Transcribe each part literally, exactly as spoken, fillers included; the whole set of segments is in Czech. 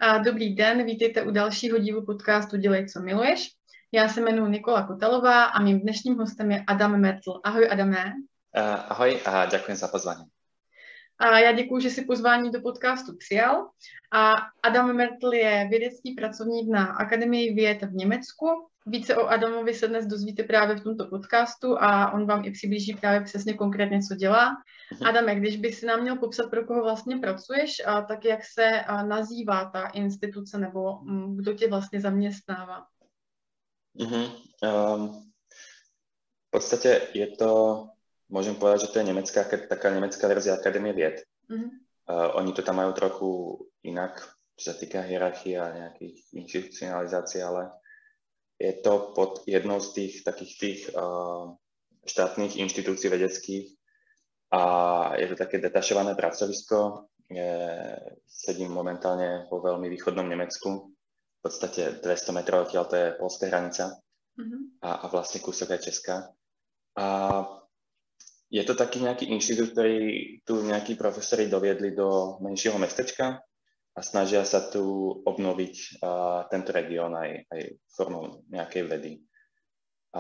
A dobrý den, vítejte u dalšího dílu podcastu Dělej, co miluješ. Já se jmenuji Nikola Kotelová a mým dnešním hostem je Adam Mertl. Ahoj, Adame. Uh, ahoj a ďakujem za pozvání. A já děkuji, že jsi pozvání do podcastu přijal. A Adam Mertl je vědecký pracovník na Akademii věd v Německu. Více o Adamovi se dnes dozvíte právě v tomto podcastu a on vám i přiblíží právě přesně konkrétně, co dělá. Mhm. Adame, když bys si nám měl popsat, pro koho vlastně pracuješ, a tak jak se a, nazývá ta instituce nebo m, kdo tě vlastně zaměstnává? Uh-huh. Um, v podstate je to, môžem povedať, že to je nemecká, taká nemecká verzia Akadémie vied. Uh-huh. Uh, oni to tam majú trochu inak, čo sa týka hierarchie a nejakých inštitucionalizácií, ale je to pod jednou z tých takých tých uh, štátnych inštitúcií vedeckých a je to také detašované pracovisko. Je, sedím momentálne vo veľmi východnom Nemecku. V podstate dvesto metrov odtiaľ to je poľská hranica uh-huh. a, a vlastne kúsok aj Česká. A je to taký nejaký inštitút, ktorý tu nejakí profesori doviedli do menšieho mestečka a snažia sa tu obnoviť uh, tento región aj, aj formou nejakej vedy. A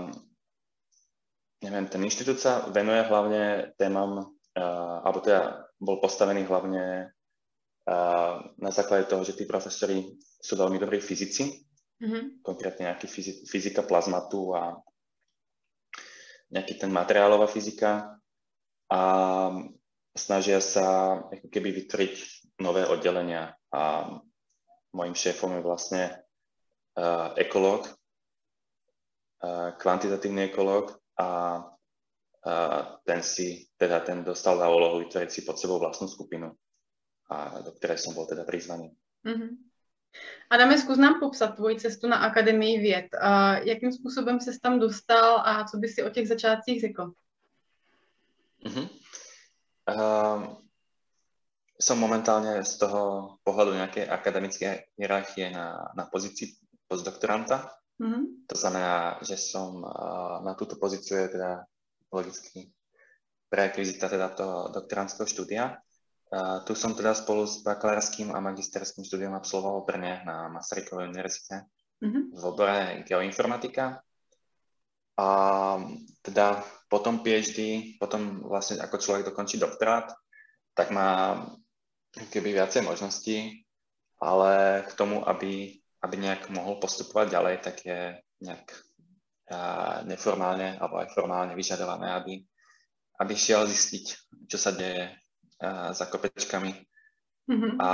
neviem, ten inštitút sa venuje hlavne témam, uh, alebo teda bol postavený hlavne uh, na základe toho, že tí profesori sú veľmi dobrí fyzici, mm-hmm. konkrétne nejaký fyzi- fyzika plazmatu a nejaký ten materiálová fyzika a snažia sa ako keby vytvoriť nové oddelenia a mojím šéfom je vlastne uh, ekológ, uh, kvantitatívny ekológ a uh, ten si, teda ten dostal za úlohu vytvoriť si pod sebou vlastnú skupinu, a do ktorej som bol teda prizvaný. Mm-hmm. Adame, zkus nám popsat tvoji cestu na Akademii věd. A jakým způsobem ses tam dostal a co by si o těch začátcích řekl? Uh-huh. Uh, som momentálne z toho pohľadu nejakej akademické hierarchie na, na pozícii postdoktoranta. Uh-huh. To znamená, že som uh, na túto pozíciu je teda logicky prerekvizita teda toho doktorantského štúdia. Uh, tu som teda spolu s bakalárským a magisterským štúdiom absolvoval v Brne na Masarykovej univerzite uh-huh. v obore geoinformatika. A teda potom PhD, potom vlastne ako človek dokončí doktorát, tak má keby viacej možností, ale k tomu, aby, aby nejak mohol postupovať ďalej, tak je nejak uh, neformálne alebo aj formálne vyžadované, aby, aby šiel zistiť, čo sa deje za kopečkami. Mm-hmm. A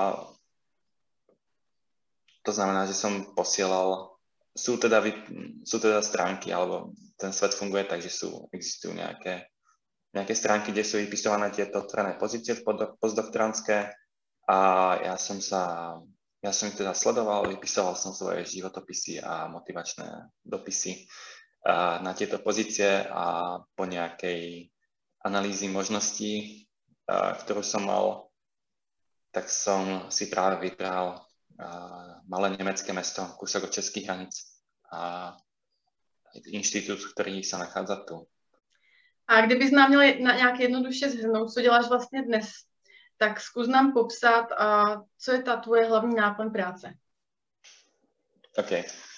to znamená, že som posielal, sú teda, sú teda stránky, alebo ten svet funguje tak, že sú, existujú nejaké, nejaké stránky, kde sú vypisované tieto otvorené pozície postdoktorantské a ja som sa, ja som ich teda sledoval, vypisoval som svoje životopisy a motivačné dopisy na tieto pozície a po nejakej analýzi možností, ktorú som mal, tak som si práve vybral uh, malé nemecké mesto, kúsok od českých hraníc a inštitút, ktorý sa nachádza tu. A kdybys nám měl na nějak jednoduše shrnout, co děláš vlastně dnes, tak zkus nám popsat, uh, co je ta tvoje hlavní náplň práce. OK.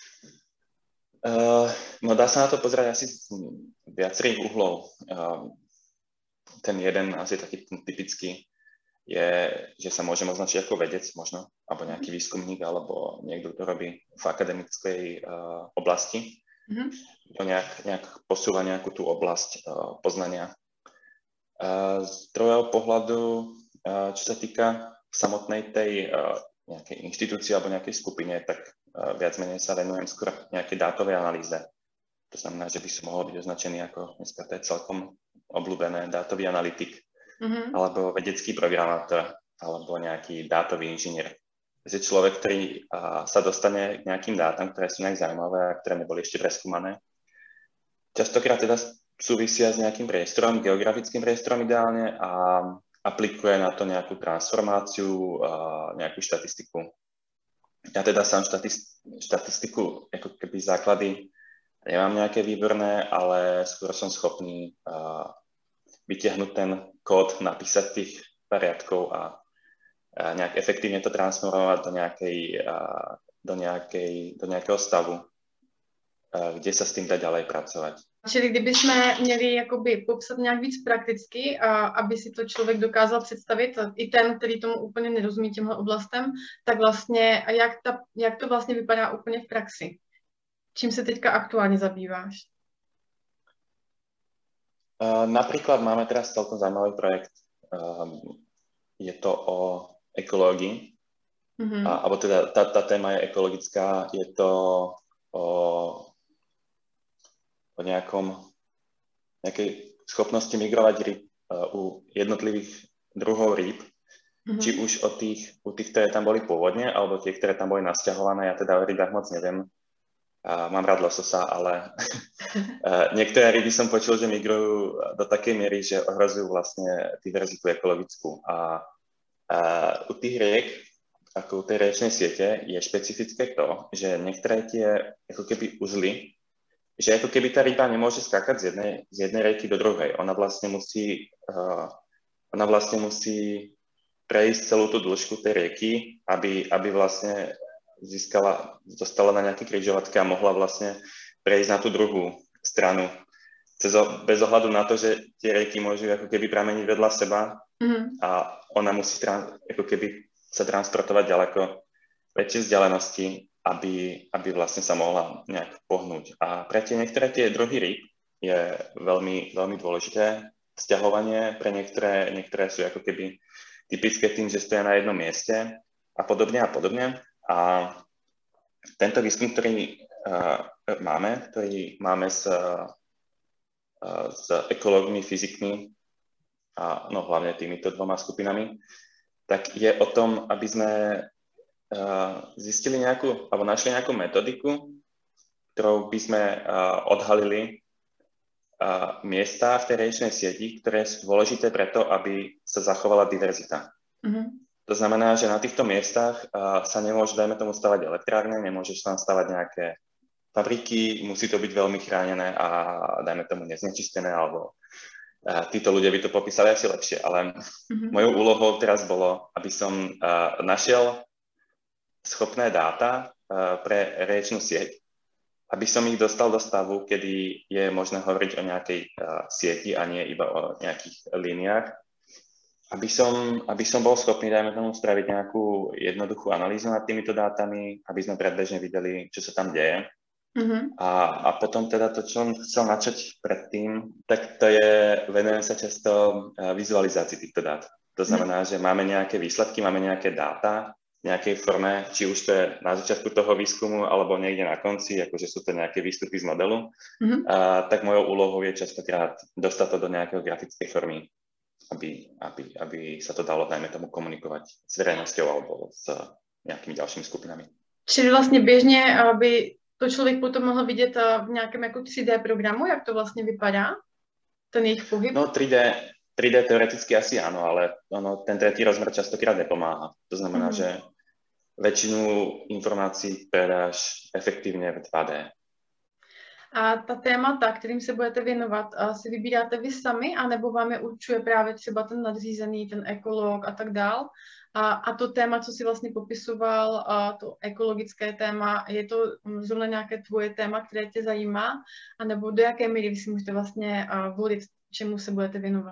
Uh, no dá sa na to pozerať asi z viacerých uhlov. Uh, Ten jeden, asi taký ten typický, je, že sa môžem označiť ako vedec možno, alebo nejaký výskumník, alebo niekto, kto robí v akademickej uh, oblasti. Mm-hmm. To nejak, nejak posúva nejakú tú oblasť uh, poznania. Uh, z druhého pohľadu, uh, čo sa týka samotnej tej uh, nejakej inštitúcie alebo nejakej skupine, tak uh, viac menej sa venujem skôr nejakej dátovej analýze. To znamená, že by som mohol byť označený ako, dneska to je celkom obľúbené, dátový analytik, mm-hmm. alebo vedecký programátor, alebo nejaký dátový inžinier. To je človek, ktorý a, sa dostane k nejakým dátam, ktoré sú nejak zaujímavé a ktoré neboli ešte preskúmané. Častokrát teda súvisia s nejakým priestorom, geografickým priestorom ideálne a aplikuje na to nejakú transformáciu, a nejakú štatistiku. Ja teda sám štatist, štatistiku, ako keby základy, nemám nejaké výborné, ale skôr som schopný uh, vytiahnuť ten kód, napísať tých pár riadkov a nejak efektívne to transformovať do, nejakej, do, nejakej, do nejakého stavu, kde sa s tým dá ďalej pracovať. Čili kdybychom měli jakoby popsat nějak víc prakticky, a aby si to člověk dokázal představit, i ten, který tomu úplně nerozumí těmhle oblastem, tak vlastně jak, ta, jak to vlastně vypadá úplně v praxi? Čím se teďka aktuálně zabýváš? Uh, napríklad máme teraz celkom zaujímavý projekt. Um, je to o ekológii, mm-hmm. a, alebo teda tá, tá téma je ekologická, je to o o nejakom, nejakej schopnosti migrovať rýb uh, u jednotlivých druhov rýb, mm-hmm. či už o tých, u tých, ktoré tam boli pôvodne, alebo tie, ktoré tam boli nasťahované. Ja teda o rybách moc neviem. Uh, mám rád lososa, ale uh, niektoré ryby som počul, že migrujú do takej miery, že ohrozujú vlastne diverzitu ekologickú. A uh, u tých riek, ako u tej riečnej siete, je špecifické to, že niektoré tie ako keby uzly, že ako keby tá ryba nemôže skákať z jednej, z jednej rieky do druhej. Ona vlastne musí, uh, ona vlastne musí prejsť celú tú dĺžku tej rieky, aby, aby vlastne získala, dostala na nejaké križovatky a mohla vlastne prejsť na tú druhú stranu. Cez, bez ohľadu na to, že tie rieky môžu ako keby prameniť vedľa seba, mm-hmm. a ona musí trans, ako keby sa transportovať ďaleko väčšie vzdialenosti, Aby, aby vlastne sa mohla nejak pohnúť. A pre tie niektoré tie druhy rýb je veľmi, veľmi dôležité sťahovanie, pre niektoré, niektoré sú ako keby typické tým, že stoja na jednom mieste a podobne a podobne. A tento výskum, ktorý uh, máme, ktorý máme s, uh, s ekológmi, fyzikmi a no, hlavne týmito dvoma skupinami, tak je o tom, aby sme Uh, zistili nejakú, alebo našli nejakú metodiku, ktorou by sme uh, odhalili uh, miesta v tej riečnej sieti, ktoré sú dôležité preto, aby sa zachovala diverzita. Mm-hmm. To znamená, že na týchto miestach uh, sa nemôžu, dajme tomu, stavať elektrárne, nemôžeš tam stavať nejaké fabriky, musí to byť veľmi chránené a dajme tomu neznečistené, alebo uh, títo ľudia by to popísali asi lepšie, ale mm-hmm. mojou úlohou teraz bolo, aby som uh, našiel schopné dáta uh, pre riečnú sieť, aby som ich dostal do stavu, kedy je možné hovoriť o nejakej uh, sieti a nie iba o nejakých líniách. Aby som, aby som bol schopný, dajme tomu, spraviť nejakú jednoduchú analýzu nad týmito dátami, aby sme predbežne videli, čo sa tam deje. Mm-hmm. A, a potom teda to, čo som chcel načať predtým, tak to je, venujem sa často uh, vizualizácii týchto dát. To znamená, mm-hmm. že máme nejaké výsledky, máme nejaké dáta, v nejakej forme, či už to je na začiatku toho výskumu, alebo niekde na konci, akože sú to nejaké výstupy z modelu, mm-hmm. a, tak mojou úlohou je častokrát dostať to do nejakého grafickej formy, aby, aby, aby sa to dalo, dajme tomu, komunikovať s verejnosťou alebo s nejakými ďalšími skupinami. Čili vlastně běžně, aby to člověk potom mohl vidět v nějakém jako tři dé programu, jak to vlastně vypadá, ten jejich pohyb? No tri dé, tri dé teoreticky asi áno, ale ono, ten tretí rozmer častokrát nepomáha. To znamená, mm-hmm. že väčšinu informácií predáš efektívne v dva dé. A ta témata, kterým se budete věnovat, si vybíráte vy sami, anebo vám je určuje právě třeba ten nadřízený, ten ekolog a tak dál? A, a to téma, co si vlastně popisoval, a to ekologické téma, je to zrovna nějaké tvoje téma, které tě zajímá? A nebo do jaké míry vy si můžete vlastně volit, čemu se budete věnovat?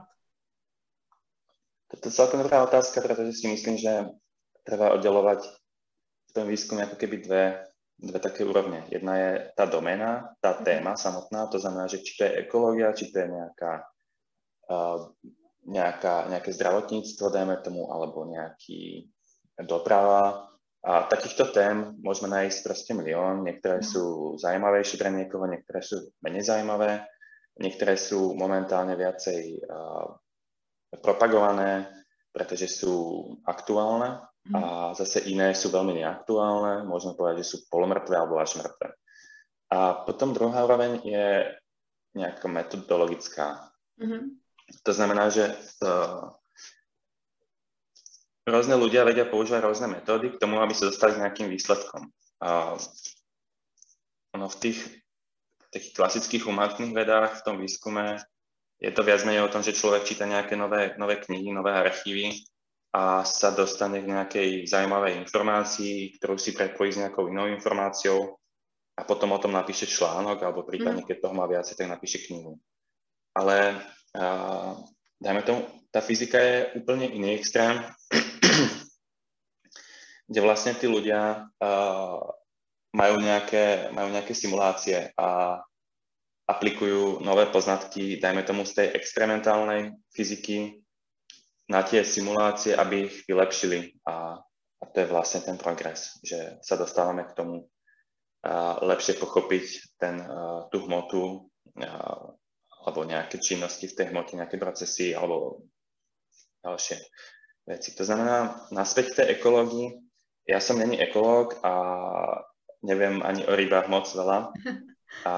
To je celkom dobrá otázka, pretože si myslím, že treba oddelovať v tom výskume ako keby dve, dve také úrovne. Jedna je tá doména, tá téma samotná, to znamená, že či to je ekológia, či to je nejaká, uh, nejaká, nejaké zdravotníctvo, dajme tomu, alebo nejaký doprava. A takýchto tém môžeme nájsť proste milión. Niektoré sú zaujímavejšie pre niekoho, niektoré sú menej zaujímavé, niektoré sú momentálne viacej uh, propagované, pretože sú aktuálne a zase iné sú veľmi neaktuálne, môžeme povedať, že sú polomrtvé alebo až mŕtve. A potom druhá úroveň je nejaká metodologická. Mm-hmm. To znamená, že uh, rôzne ľudia vedia používať rôzne metódy k tomu, aby sa dostali s nejakým výsledkom. Uh, ono v tých takých klasických humanitných vedách v tom výskume je to viac menej o tom, že človek číta nejaké nové, nové knihy, nové archívy a sa dostane k nejakej zaujímavej informácii, ktorú si prepojí s nejakou inou informáciou a potom o tom napíše článok, alebo prípadne, keď toho má viacej, tak napíše knihu. Ale uh, dajme tomu, tá fyzika je úplne iný extrém, kde vlastne tí ľudia uh, majú nejaké, majú nejaké simulácie a aplikujú nové poznatky, dajme tomu z tej experimentálnej fyziky na tie simulácie, aby ich vylepšili. A, a to je vlastne ten progres, že sa dostávame k tomu a lepšie pochopiť ten, a, tú hmotu a, alebo nejaké činnosti v tej hmote, nejaké procesy alebo ďalšie veci. To znamená, naspäť k tej ekológii. Ja som není ekológ a neviem ani o rybách moc veľa. A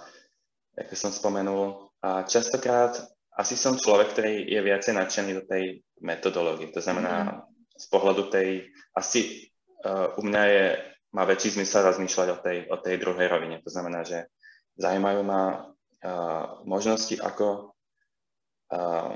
ako som spomenul, a častokrát asi som človek, ktorý je viacej nadšený do tej metodológie. To znamená, mm-hmm. z pohľadu tej, asi uh, u mňa je, má väčší zmysel rozmýšľať o tej, o tej druhej rovine. To znamená, že zaujímajú ma uh, možnosti, ako uh,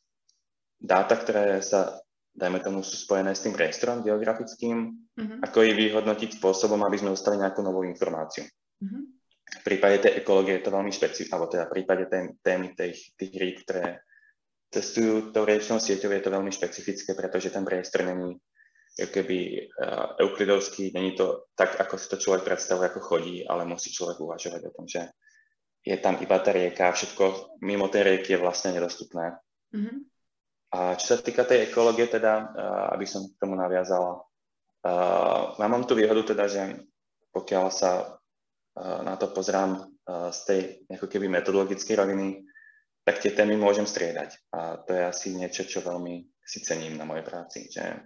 dáta, ktoré sa, dajme tomu, sú spojené s tým priestorom geografickým, mm-hmm. ako ich vyhodnotiť spôsobom, aby sme dostali nejakú novú informáciu. Mm-hmm. V prípade tej ekológie je to veľmi špecifické, alebo teda v prípade témy tých, tých rýb, ktoré cestujú tou riečnou sieťou, je to veľmi špecifické, pretože ten priestor není keby uh, euklidovský, není to tak, ako si to človek predstavuje, ako chodí, ale musí človek uvažovať o tom, že je tam iba tá rieka a všetko mimo tej rieky je vlastne nedostupné. Mm-hmm. A čo sa týka tej ekológie, teda, uh, aby som k tomu naviazala, uh, ja mám tú výhodu teda, že pokiaľ sa na to pozerám z tej ako keby metodologickej roviny, tak tie témy môžem striedať. A to je asi niečo, čo veľmi si cením na mojej práci. Že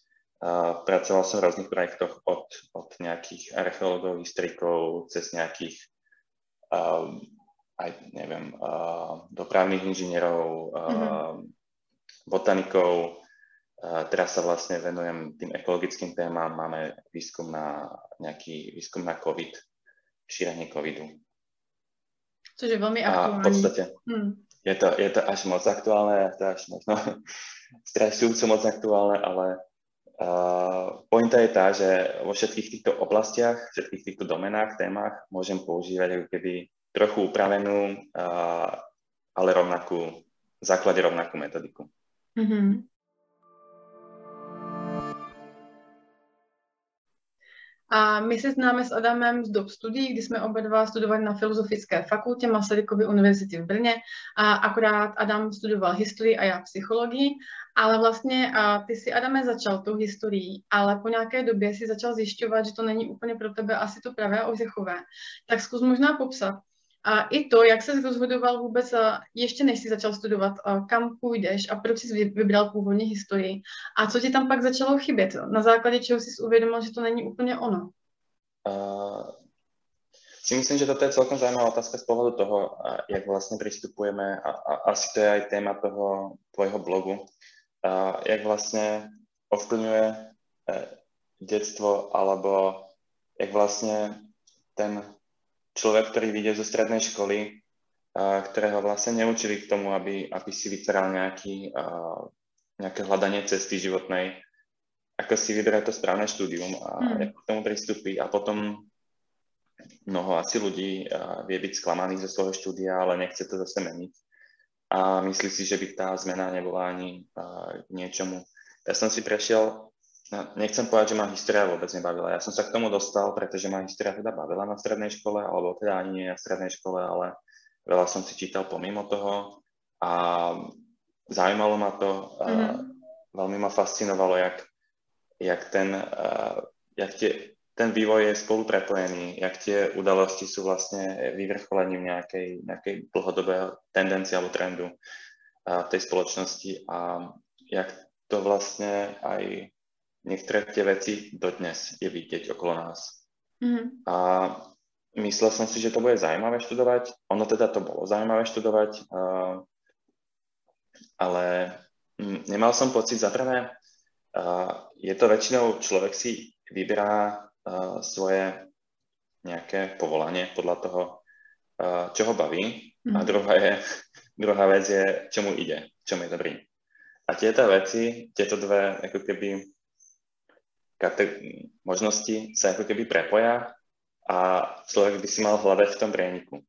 uh, pracoval som v rôznych projektoch od, od nejakých archeológov, historikov, cez nejakých uh, aj, neviem, uh, dopravných inžinierov, uh, mm-hmm. botanikov. Uh, teraz sa vlastne venujem tým ekologickým témam. Máme výskum na nejaký výskum na COVID, šírenie covidu. Což je veľmi aktuálne. A v podstate hmm. je, to, je to až moc aktuálne, to až možno strašujúco moc aktuálne, ale uh, pointa je tá, že vo všetkých týchto oblastiach, všetkých týchto domenách, témach môžem používať ako keby trochu upravenú, uh, ale rovnakú, v základe rovnakú metodiku. Mm-hmm. A my se známe s Adamem z dob studií, kdy jsme oba dva studovali na Filozofické fakultě Masarykovy univerzity v Brně a akorát Adam studoval historii a já psychologii, ale vlastně a ty si, Adame, začal tou historií, ale po nějaké době si začal zjišťovat, že to není úplně pro tebe asi to pravé a ořechové. Tak zkus možná popsat a i to, jak ses rozhodoval vůbec, ještě než jsi začal studovat, kam půjdeš a proč jsi vybral původně historii a co ti tam pak začalo chybět, na základě čeho jsi uvědomil, že to není úplně ono? Uh, si myslím, že toto je celkom zaujímavá otázka z pohľadu toho, jak vlastne pristupujeme, a, a asi to je aj téma toho tvojho blogu, uh, jak vlastne ovplyvňuje uh, detstvo, alebo jak vlastne ten človek, ktorý vyjde zo strednej školy, uh, ktorého vlastne neučili k tomu, aby, aby si vytváral nejaký, uh, nejaké hľadanie cesty životnej, ako si vyberá to správne štúdium a hmm. ako k tomu pristúpi. A potom mnoho asi ľudí uh, vie byť sklamaných zo svojho štúdia, ale nechce to zase meniť. A myslí si, že by tá zmena nebola ani uh, k niečomu. Ja som si prešiel, no, nechcem povedať, že ma história vôbec nebavila. Ja som sa k tomu dostal, pretože ma história teda bavila na strednej škole, alebo teda ani nie na strednej škole, ale veľa som si čítal pomimo toho a zaujímalo ma to. Mm-hmm. Veľmi ma fascinovalo, jak, jak, ten, jak tie, ten vývoj je spolu prepojený, jak tie udalosti sú vlastne vyvrcholením nejakej, nejakej dlhodobého tendencie alebo trendu v tej spoločnosti a jak to vlastne aj niektoré tie veci dodnes je vidieť okolo nás. Mm-hmm. A myslel som si, že to bude zaujímavé študovať. Ono teda to bolo zaujímavé študovať, uh, ale m, nemal som pocit za prvé. Uh, je to väčšinou, človek si vyberá uh, svoje nejaké povolanie podľa toho, uh, čo ho baví. Mm-hmm. A druhá, je, druhá vec je, čo mu ide, čo mu je dobrý. a tieto veci, tieto dve ako keby kate- možnosti sa ako keby prepoja a človek by si mal hľadať v tom prieniku.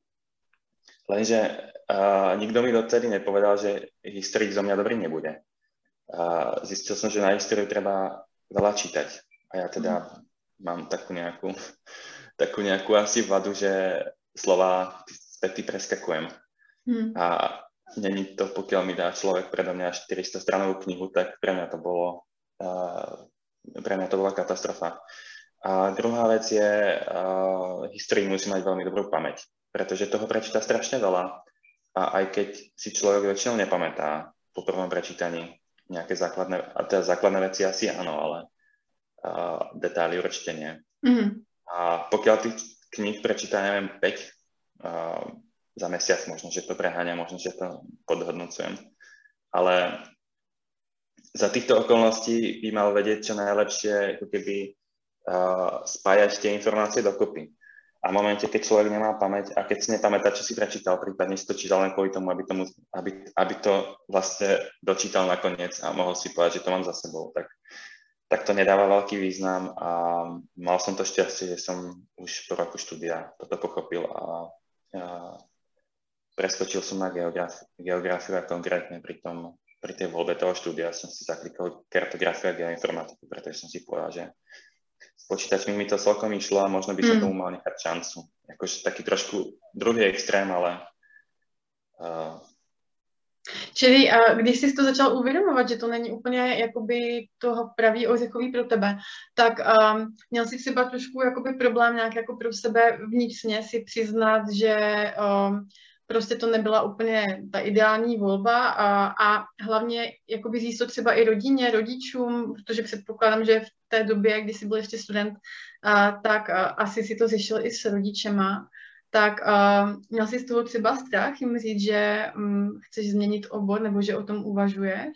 Lenže uh, nikto mi dotedy nepovedal, že historik zo mňa dobrý nebude. Uh, zistil som, že na históriu treba veľa čítať. A ja teda mm. mám takú nejakú, takú nejakú asi vadu, že slova späty preskakujem. Mm. A není to, pokiaľ mi dá človek predo mňa štyristo stranovú knihu, tak pre mňa to bolo, uh, pre mňa to bola katastrofa. A druhá vec je, uh, historik musí mať veľmi dobrú pamäť, pretože toho prečíta strašne veľa a aj keď si človek väčšinou nepamätá po prvom prečítaní nejaké základné, a teda základné veci asi áno, ale uh, detaily určite nie. Mm-hmm. A pokiaľ tých kníh prečíta, neviem, päť uh, za mesiac, možno, že to preháňa, možno, že to podhodnocujem, ale za týchto okolností by mal vedieť čo najlepšie, ako keby uh, spájať tie informácie dokopy. A v momente, keď človek nemá pamäť a keď si nepamätá, čo si prečítal, prípadne si to čítal len kvôli tomu, aby, tomu, aby, aby to vlastne dočítal nakoniec a mohol si povedať, že to mám za sebou, tak, tak to nedáva veľký význam a mal som to šťastie, že som už po roku štúdia toto pochopil a, a preskočil som na geografi- geografiu a konkrétne pri, tom, pri tej voľbe toho štúdia som si zaklikol kartografiu a geoinformatiku, pretože som si povedal, že s počítačmi mi to celkom išlo a možno by som mm. tomu mal nechať šancu. Jakože taký trošku druhý extrém, ale... Uh... Čili uh, když jsi to začal uvědomovat, že to není úplně jakoby toho pravý ořechový pro tebe, tak um, měl jsi třeba trošku jakoby problém nějak jako pro sebe vnitřně si přiznat, že um, prostě to nebyla úplně ta ideální volba a, a hlavně jakoby říct to třeba i rodině, rodičům, protože předpokládám, že v té době, kdy jsi byl ještě student, a, tak a, asi si to řešil i s rodičema, tak a, měl jsi z toho třeba strach jim říct, že um, chceš změnit obor nebo že o tom uvažuješ?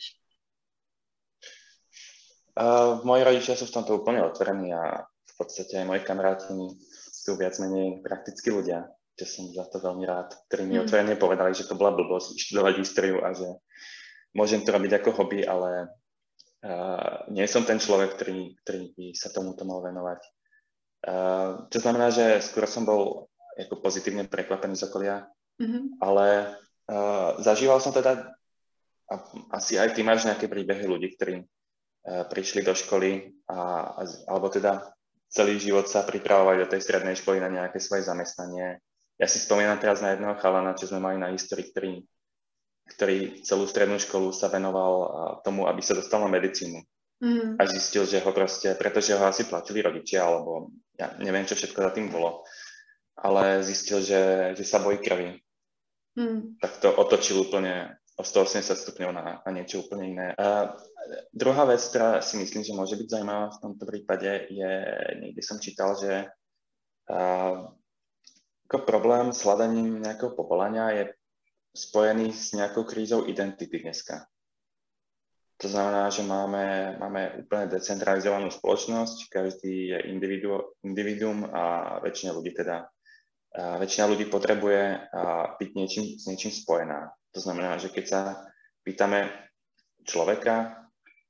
Uh, moji rodičia sú v tomto úplne otvorení a v podstate aj moji kamaráti sú viac menej praktickí ľudia, že som za to veľmi rád, ktorí mi mm. otvorene povedali, že to bola blbosť študovať históriu a že môžem to robiť ako hobby, ale uh, nie som ten človek, ktorý, ktorý by sa tomuto mal venovať. Uh, čo znamená, že skôr som bol ako pozitívne prekvapený z okolia, mm-hmm. ale uh, zažíval som teda, a asi aj ty máš nejaké príbehy ľudí, ktorí uh, prišli do školy, a, alebo teda celý život sa pripravovali do tej strednej školy na nejaké svoje zamestnanie. Ja si spomínam teraz na jedného chalana, čo sme mali na histórii, ktorý, ktorý celú strednú školu sa venoval tomu, aby sa dostal na medicínu. Mm. A zistil, že ho proste, pretože ho asi platili rodičia, alebo ja neviem, čo všetko za tým bolo, ale zistil, že, že sa bojí krvi. Mm. Tak to otočil úplne o stoosemdesiat stupňov na, na niečo úplne iné. A druhá vec, ktorá si myslím, že môže byť zaujímavá v tomto prípade, je, niekde som čítal, že a, ako problém s hľadaním nejakého povolania je spojený s nejakou krízou identity dneska. To znamená, že máme, máme úplne decentralizovanú spoločnosť, každý je individu, individuum a väčšina ľudí teda, a väčšina ľudí potrebuje byť niečím, s niečím spojená. To znamená, že keď sa pýtame človeka,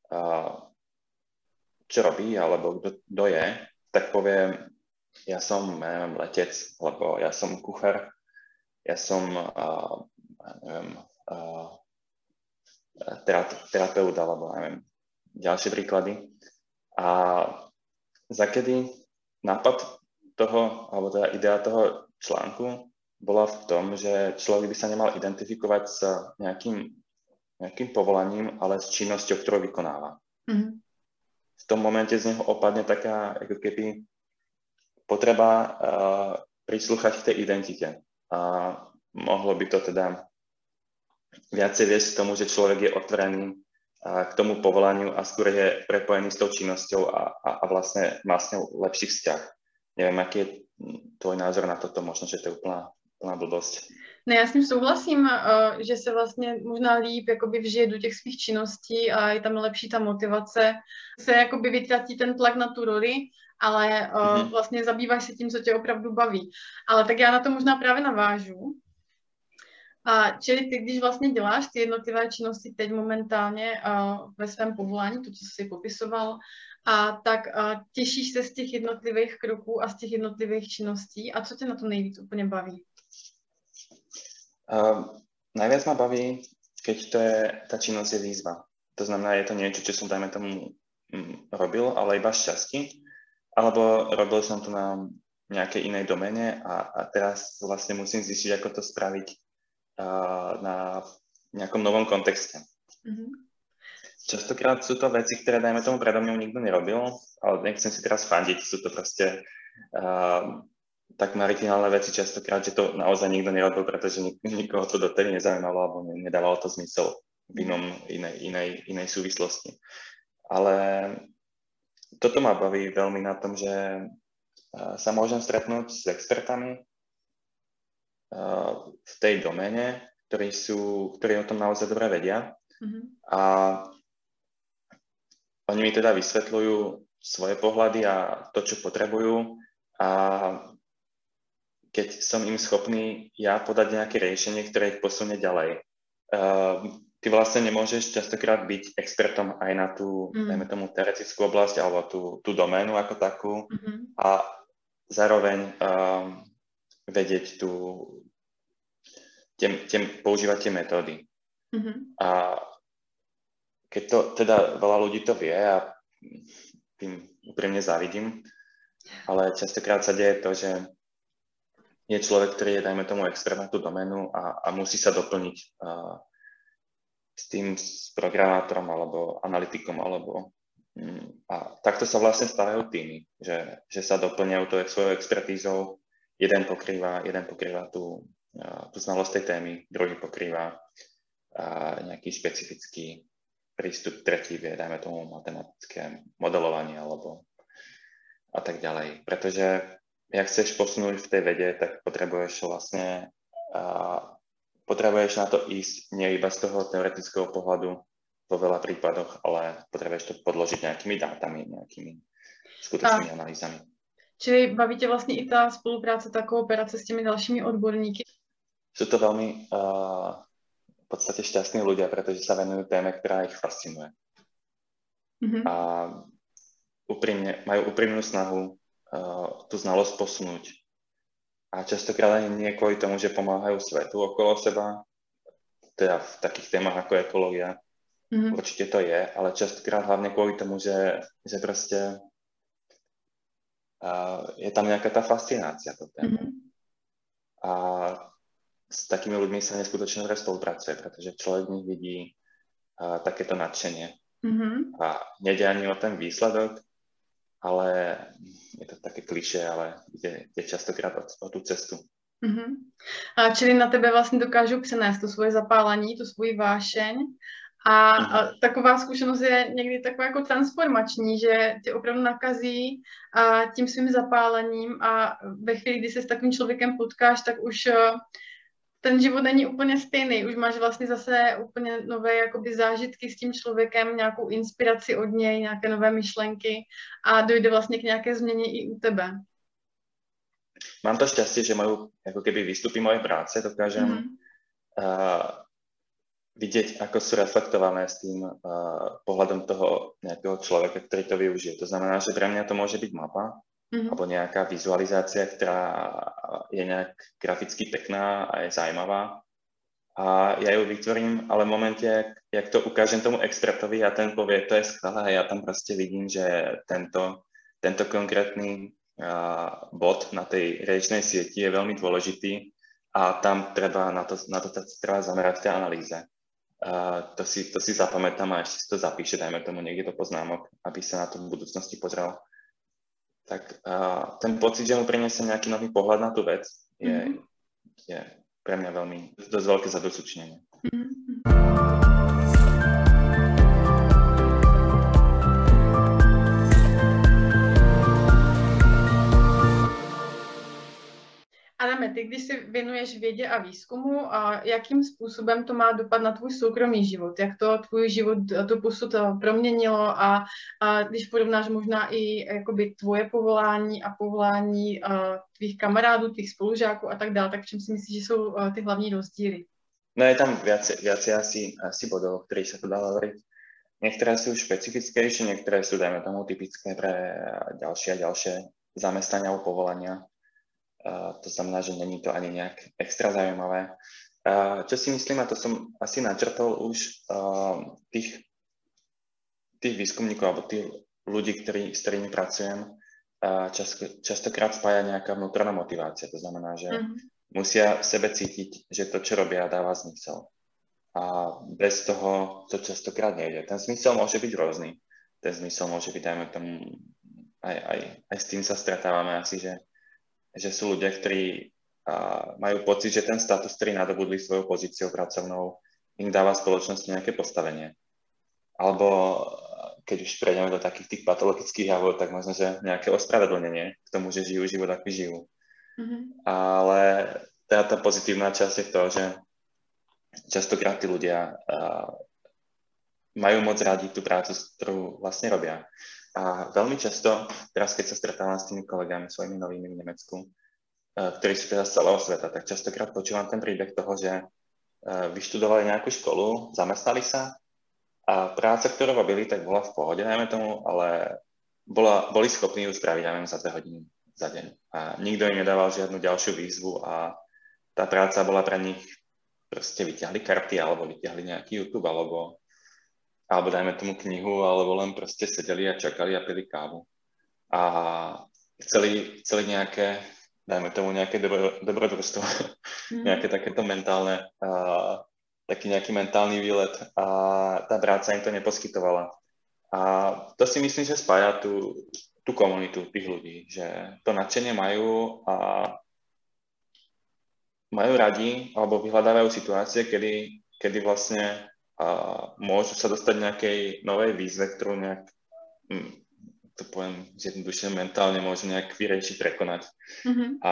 čo robí alebo kto, kto je, tak povie, ja som, neviem, letec, alebo ja som kuchár, ja som, uh, neviem, uh, terapeut, alebo neviem, ďalšie príklady. A zakedy nápad toho, alebo teda idea toho článku bola v tom, že človek by sa nemal identifikovať s nejakým, nejakým povolaním, ale s činnosťou, ktorú vykonáva. Mm-hmm. V tom momente z neho opadne taká, ako keby, potreba uh, prislúchať k tej identite. A mohlo by to teda viacej viesť k tomu, že človek je otvorený uh, k tomu povolaniu a skôr je prepojený s tou činnosťou a, a, a vlastne má s ňou lepší vzťah. Neviem, aký je tvoj názor na toto, možno, že to je úplná, úplná blbosť. Ne, já s tím souhlasím, že se vlastně možná líp jakoby vžije do těch svých činností a je tam lepší ta motivace. Se jakoby vytratí ten tlak na tu roli, ale mm-hmm. vlastně zabýváš se tím, co tě opravdu baví. Ale tak já na to možná právě navážu. A čili ty, když vlastně děláš ty jednotlivé činnosti teď momentálně uh, ve svém povolání, to, co jsi popisoval, a tak uh, těšíš se z těch jednotlivých kroků a z těch jednotlivých činností a co tě na to nejvíc úplně baví? Uh, najviac ma baví, keď to je, tá činnosť je výzva. To znamená, je to niečo, čo som, dajme tomu, mm, robil, ale iba z časti, alebo robil som to na nejakej inej domene a, a teraz vlastne musím zistiť, ako to spraviť uh, na nejakom novom kontexte. Mm-hmm. Častokrát sú to veci, ktoré, dajme tomu, predo mňou nikto nerobil, ale nechcem si teraz fandiť, sú to proste uh, tak marginálne veci častokrát, že to naozaj nikto nerobil, pretože nik- nikoho to dotedy nezaujímalo alebo nedávalo to zmysel v inom, inej, inej, inej súvislosti. Ale toto ma baví veľmi na tom, že sa môžem stretnúť s expertami v tej doméne, ktorí, sú, ktorí o tom naozaj dobre vedia. Mm-hmm. A oni mi teda vysvetľujú svoje pohľady a to, čo potrebujú. A keď som im schopný ja podať nejaké riešenie, ktoré ich posunie ďalej. Uh, ty vlastne nemôžeš častokrát byť expertom aj na tú, mm. dajme tomu, teoretickú oblasť alebo tú, tú doménu ako takú mm-hmm. a zároveň um, vedieť tú, tie, tie, používať tie metódy. Mm-hmm. A keď to, teda veľa ľudí to vie a tým úprimne závidím, ale častokrát sa deje to, že je človek, ktorý je, dajme tomu, expert na tú doménu a, a musí sa doplniť uh, s tým s programátorom alebo analytikom, alebo um, a takto sa vlastne stávajú týmy, že, že sa doplňajú to svojou expertízou, jeden pokrýva, jeden pokrýva tú, uh, tú znalosť tej témy, druhý pokrýva uh, nejaký špecifický prístup, tretí vie, dajme tomu, matematické modelovanie alebo a tak ďalej, pretože jak chceš posunúť v tej vede, tak potrebuješ vlastne uh, potrebuješ na to ísť nie iba z toho teoretického pohľadu vo veľa prípadoch, ale potrebuješ to podložiť nejakými dátami, nejakými skutočnými a, analýzami. Čili baví tě vlastně i ta spolupráce, ta kooperace s těmi dalšími odborníky? Sú to veľmi uh, v podstate šťastní ľudia, pretože sa venujú téme, ktorá ich fascinuje. Mm-hmm. A úprimne, majú úprimnú snahu Uh, tú znalosť posunúť. A častokrát ani nie kvôli tomu, že pomáhajú svetu okolo seba, teda v takých témach ako ekológia, mm-hmm. určite to je, ale častokrát hlavne kvôli tomu, že, že proste uh, je tam nejaká tá fascinácia to téma. Mm-hmm. A s takými ľuďmi sa neskutočne dobre spolupracuje, pretože človek v nich vidí uh, takéto nadšenie. Mm-hmm. A nejde ani o ten výsledok, ale je to také klišé, ale jde, jde častokrát o, o tu cestu. Mm-hmm. A čili na tebe vlastně dokážu přenést to svoje zapálení, tu svoji vášeň a, mm-hmm. a taková zkušenost je někdy taková jako transformační, že tě opravdu nakazí a tím svým zapálením a ve chvíli, kdy se s takovým člověkem potkáš, tak už ten život není úplně stejný, už máš vlastně zase úplně nové jakoby zážitky s tím člověkem, nějakou inspiraci od něj, nějaké nové myšlenky a dojde vlastně k nějaké změně i u tebe. Mám to šťastie, že majú ako keby výstupy mojej práce, dokážem mm-hmm. uh, vidieť, ako sú reflektované s tým uh, pohľadom toho nejakého človeka, ktorý to využije. To znamená, že pre mňa to môže byť mapa, Mm-hmm. alebo nejaká vizualizácia, ktorá je nejak graficky pekná a je zaujímavá. A ja ju vytvorím, ale v momente, jak, jak to ukážem tomu expertovi a ten povie, to je skvelé, a ja tam proste vidím, že tento, tento konkrétny uh, bod na tej riečnej sieti je veľmi dôležitý a tam treba na to, na to treba zamerať v tej analýze. Uh, to, si, to si zapamätám a ešte si to zapíše, dajme tomu niekde do poznámok, aby sa na to v budúcnosti pozrel. Tak uh, ten pocit, že mu priniesie nejaký nový pohľad na tú vec, je, mm-hmm. je pre mňa veľmi dosť veľké zadozučnenie. Mm-hmm. Adame, ty když si věnuješ vědě a výzkumu, a jakým způsobem to má dopad na tvůj soukromý život? Jak to tvůj život to posud proměnilo a, a když porovnáš možná i jakoby tvoje povolání a povolání uh, tvých kamarádů, tvých spolužáků a tak dále, tak v čem si myslíš, že jsou uh, ty hlavní rozdíly? No je tam viacej, viacej asi, asi bodov, o ktorých sa to dá hovoriť. Niektoré sú špecifickejšie, niektoré sú, dajme tomu, typické pre ďalšie a ďalšie zamestnania alebo povolania. Uh, to znamená, že není to ani nejak extra zaujímavé. Uh, čo si myslím, a to som asi načrtol už, uh, tých, tých výskumníkov alebo tých ľudí, ktorí, s ktorými pracujem, uh, čas, častokrát spája nejaká vnútorná motivácia. To znamená, že mm. musia v sebe cítiť, že to, čo robia, dáva zmysel. A bez toho to častokrát nejde. Ten zmysel môže byť rôzny. Ten zmysel môže byť, dajme tomu, aj, aj, aj s tým sa stretávame asi, že, že sú ľudia, ktorí a, majú pocit, že ten status, ktorý nadobudli svojou pozíciou pracovnou, im dáva spoločnosti nejaké postavenie. Alebo keď už prejdeme do takých tých patologických javov, tak možno, že nejaké ospravedlnenie k tomu, že žijú život, aký žijú. Mm-hmm. Ale tá, tá pozitívna časť je to, že častokrát tí ľudia uh, majú moc radi tú prácu, ktorú vlastne robia. A veľmi často, teraz keď sa stretávam s tými kolegami, svojimi novými v Nemecku, uh, ktorí sú teda z celého sveta, tak častokrát počúvam ten príbeh toho, že uh, vyštudovali nejakú školu, zamestnali sa a práca, ktorú robili, tak bola v pohode, najmä tomu, ale bola, boli schopní ju spraviť, najmä za dve hodiny za deň. A nikto im nedával žiadnu ďalšiu výzvu a tá práca bola pre nich proste vyťahli karty, alebo vyťahli nejaký YouTube, alebo, alebo dajme tomu knihu, alebo len proste sedeli a čakali a pili kávu. A chceli, chceli nejaké, dajme tomu nejaké dobro, dobrodružstvo, mm. nejaké takéto mentálne, uh, taký nejaký mentálny výlet a tá práca im to neposkytovala. A to si myslím, že spája tú, tú komunitu tých ľudí, že to nadšenie majú a majú radi alebo vyhľadávajú situácie, kedy, kedy vlastne uh, môžu sa dostať nejakej novej výzve, ktorú nejak, hm, to poviem zjednodušene, mentálne môžu nejak vyriešiť, prekonať. Mm-hmm. A,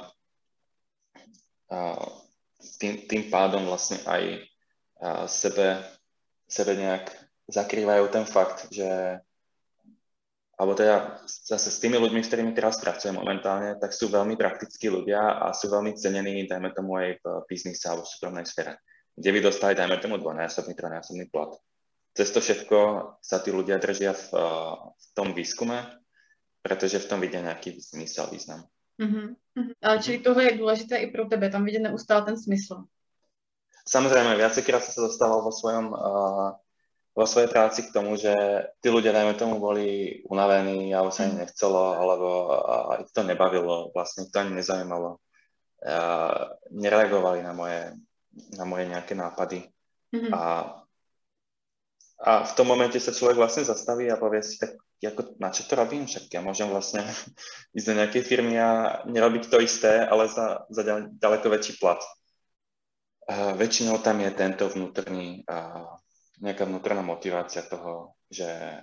a tým, tým pádom vlastne aj a sebe, sebe nejak zakrývajú ten fakt, že alebo teda zase s tými ľuďmi, s ktorými teraz pracujem momentálne, tak sú veľmi praktickí ľudia a sú veľmi cenení, dajme tomu aj v biznise alebo v súkromnej sfére, kde by dostali, dajme tomu, dvojnásobný, trojnásobný plat. Cez to všetko sa tí ľudia držia v, v tom výskume, pretože v tom vidia nejaký zmysel, význam. Mm-hmm. Ale čili tohle je dôležité i pro tebe, tam vidět neustále ten smysl. Samozrejme, viacekrát som sa dostával vo svojom uh, vo svojej práci k tomu, že tí ľudia, dajme tomu, boli unavení, alebo sa im nechcelo, alebo ich to nebavilo, vlastne to ani nezaujímalo. Uh, nereagovali na moje, na moje nejaké nápady. Mm-hmm. A, a v tom momente sa človek vlastne zastaví a povie si, tak ako, na čo to robím? Však ja môžem vlastne ísť do nejakej firmy a nerobiť to isté, ale za, za ďaleko väčší plat. Uh, väčšinou tam je tento vnútorný uh, nejaká vnútorná motivácia toho, že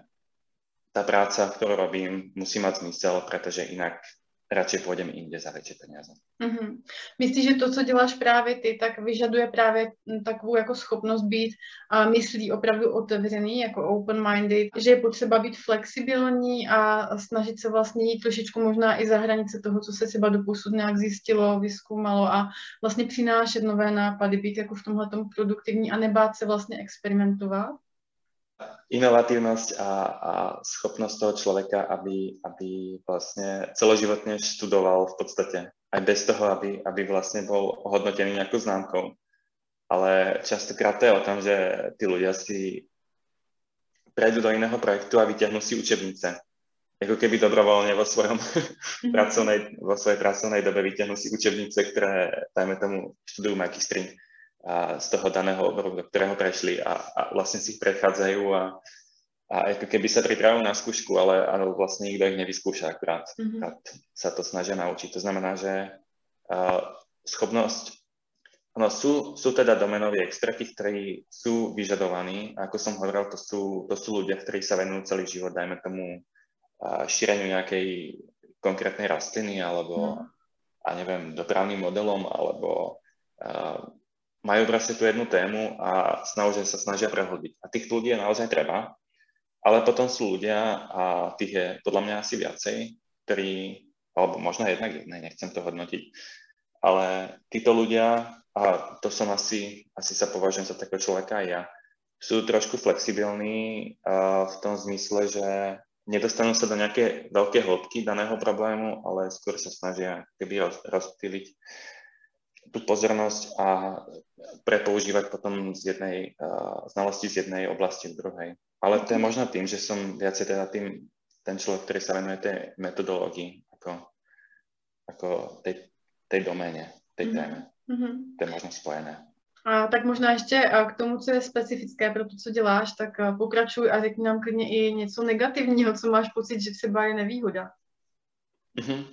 tá práca, ktorú robím, musí mať zmysel, pretože inak radšej pôjdem inde za väčšie peniaze. Mm-hmm. Myslíš, že to, co děláš právě ty, tak vyžaduje právě takovou jako schopnost být a myslí opravdu otevřený, jako open-minded, že je potřeba být flexibilní a snažit se vlastně jít trošičku možná i za hranice toho, co se třeba doposud nějak zjistilo, vyzkoumalo a vlastně přinášet nové nápady, být jako v tomhletom produktivní a nebát se vlastně experimentovat? Inovatívnosť a, a schopnosť toho človeka, aby, aby vlastne celoživotne študoval v podstate. Aj bez toho, aby, aby vlastne bol hodnotený nejakou známkou. Ale častokrát to je o tom, že tí ľudia si prejdú do iného projektu a vyťahnú si učebnice. Ako keby dobrovoľne vo, svojom pracovnej, vo svojej pracovnej dobe vyťahnú si učebnice, ktoré, dajme tomu, študujú magistri. A z toho daného oboru, do ktorého prešli a, a vlastne si ich predchádzajú a, a ako keby sa pripravujú na skúšku, ale, ale vlastne nikto ich nevyskúša, akurát, mm-hmm. akurát sa to snažia naučiť. To znamená, že uh, schopnosť, no sú, sú teda doménoví experti, ktorí sú vyžadovaní, ako som hovoril, to sú, to sú ľudia, ktorí sa venujú celý život, dajme tomu uh, šíreniu nejakej konkrétnej rastliny alebo, mm. a neviem, dopravným modelom alebo uh, majú proste tú jednu tému a naozaj sa snažia prehlbiť. A tých ľudí je naozaj treba, ale potom sú ľudia, a tých je podľa mňa asi viacej, ktorí, alebo možno jednak jedné, nechcem to hodnotiť, ale títo ľudia a to som asi, asi sa považujem za takého človeka aj ja, sú trošku flexibilní uh, v tom zmysle, že nedostanú sa do nejaké veľké hĺbky daného problému, ale skôr sa snažia keby roz, rozptýliť tú pozornosť a prepoužívať potom z jednej uh, znalosti z jednej oblasti v druhej. Ale to je možno tým, že som viacej teda tým, ten človek, ktorý sa venuje tej metodológii, ako, ako tej, tej doméne, tej téme. Mm-hmm. To je možno spojené. A tak možná ještě k tomu, co je specifické pro to, co děláš, tak pokračuj a řekni nám klidně i něco negativního, co máš pocit, že třeba je nevýhoda. Mm-hmm.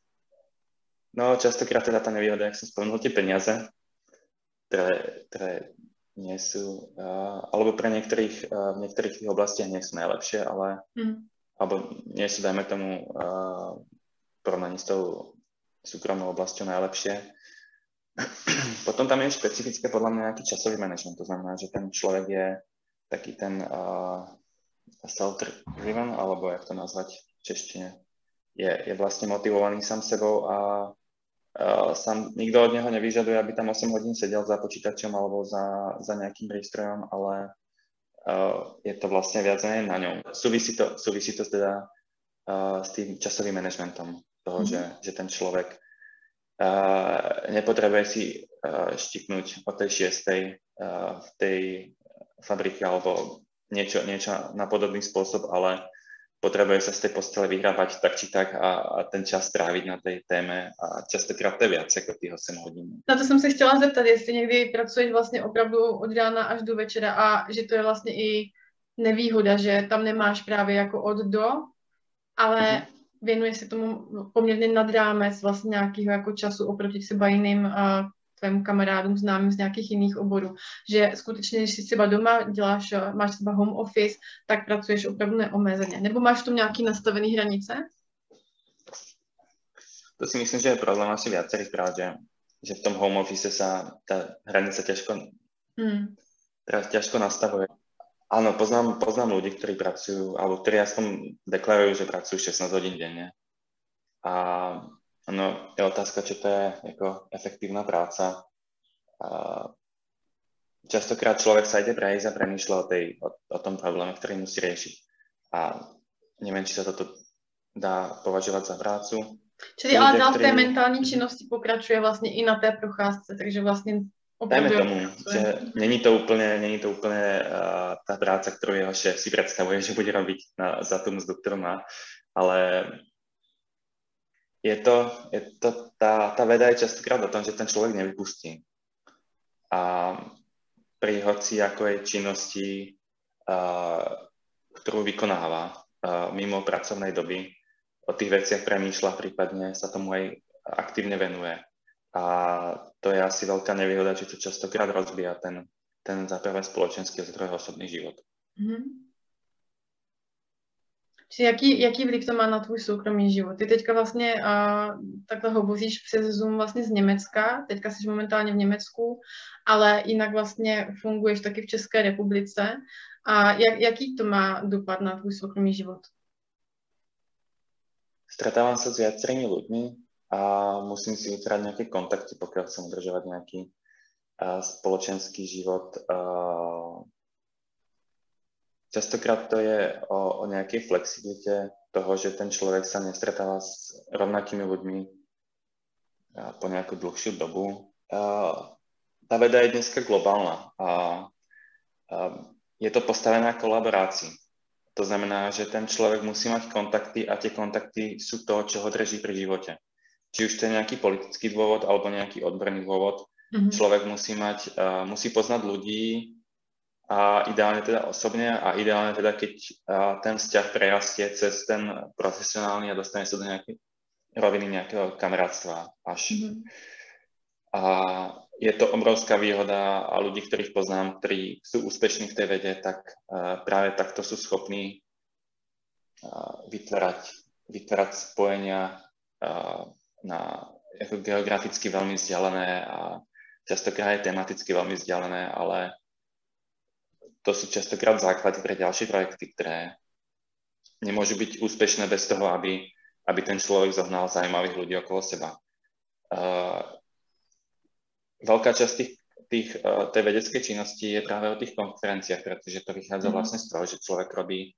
No častokrát teda tá nevýhoda, jak som spomenul, tie peniaze, ktoré, ktoré nie sú, uh, alebo pre niektorých, uh, v niektorých tých oblastiach nie sú najlepšie, ale mm. alebo nie sú, dajme tomu, uh, porovnaní s tou súkromnou oblasťou najlepšie. Potom tam je špecifické podľa mňa nejaký časový manažment, to znamená, že ten človek je taký ten uh, self-driven, alebo jak to nazvať v češtine, je, je vlastne motivovaný sám sebou a uh, sám nikto od neho nevyžaduje, aby tam osem hodín sedel za počítačom alebo za, za nejakým prístrojom, ale uh, je to vlastne viac menej na ňom. Súvisí to, súvisí to teda uh, s tým časovým manažmentom toho, mm-hmm. že, že ten človek Uh, nepotrebuje si uh, štiknúť o tej šiestej uh, v tej fabrike alebo niečo, niečo na podobný spôsob, ale potrebuje sa z tej postele vyhrávať tak či tak a, a ten čas tráviť na tej téme a častokrát to je viac ako tých osem hodín. Na to jsem se chtěla zeptat, jestli někdy pracuješ vlastně opravdu od rána až do večera a že to je vlastně i nevýhoda, že tam nemáš právě jako od do, ale mm-hmm. věnuje se tomu poměrně nad rámec vlastně nějakého jako času oproti třeba jiným uh, tvým kamarádům, známým z nějakých jiných oborů. Že skutečně, když jsi třeba doma, děláš, máš třeba home office, tak pracuješ opravdu neomezeně. Nebo máš v tom nějaký nastavený hranice? To si myslím, že je problém asi viacerých práv, že, že v tom home office sa tá hranica ťažko, hmm. ťažko nastavuje. Áno, poznám, poznám ľudí, ktorí pracujú, alebo ktorí aspoň deklarujú, že pracujú šestnásť hodín denne. A no, je otázka, či to je jako efektívna práca. A častokrát človek sa ide prejsť a premýšľa o, tej, o, o tom probléme, ktorý musí riešiť. A neviem, či sa toto dá považovať za prácu. Čili ale dál v té mentální činnosti pokračuje vlastně i na té procházce, takže vlastně dajme tomu, že není to úplne, není to úplne uh, tá práca, ktorú jeho šéf si predstavuje, že bude robiť na, za tú mzdu, ktorú má, ale je to, je to tá, tá veda je častokrát o tom, že ten človek nevypustí. A pri hoci akoj činnosti, uh, ktorú vykonáva uh, mimo pracovnej doby, o tých veciach premýšľa, prípadne sa tomu aj aktívne venuje. A to je asi veľká nevýhoda, že to častokrát rozbíja ten, ten za prvé spoločenský a za druhé osobný život. Mm-hmm. Čiže jaký, jaký vliv to má na tvůj soukromý život? Ty teďka vlastně uh, takhle hovoříš přes Zoom vlastně z Německa, teďka jsi momentálně v Německu, ale jinak vlastně funguješ taky v České republice. A jak, jaký to má dopad na tvůj soukromý život? Stretávam sa s viacerými ľuďmi a musím si vytvárať nejaké kontakty, pokiaľ chcem udržovať nejaký uh, spoločenský život. Uh, častokrát to je o, o nejakej flexibilite toho, že ten človek sa nestretáva s rovnakými ľuďmi uh, po nejakú dlhšiu dobu. Uh, tá veda je dneska globálna a uh, je to postavené na kolaborácii. To znamená, že ten človek musí mať kontakty a tie kontakty sú to, čo ho drží pri živote. Či už to je nejaký politický dôvod alebo nejaký odborný dôvod, mm-hmm. človek musí mať, uh, musí poznať ľudí a ideálne teda osobne a ideálne teda, keď uh, ten vzťah prerastie cez ten profesionálny a dostane sa do nejakej roviny nejakého kamarátstva až. Mm-hmm. A je to obrovská výhoda a ľudí, ktorých poznám, ktorí sú úspešní v tej vede, tak uh, práve takto sú schopní uh, vytvárať, vytvárať spojenia uh, na ako geograficky veľmi vzdialené a častokrát aj tematicky veľmi vzdialené, ale to sú častokrát základy pre ďalšie projekty, ktoré nemôžu byť úspešné bez toho, aby, aby ten človek zohnal zaujímavých ľudí okolo seba. Uh, veľká časť tých, tých, uh, tej vedeckej činnosti je práve o tých konferenciách, pretože to vychádza mm. vlastne z toho, že človek robí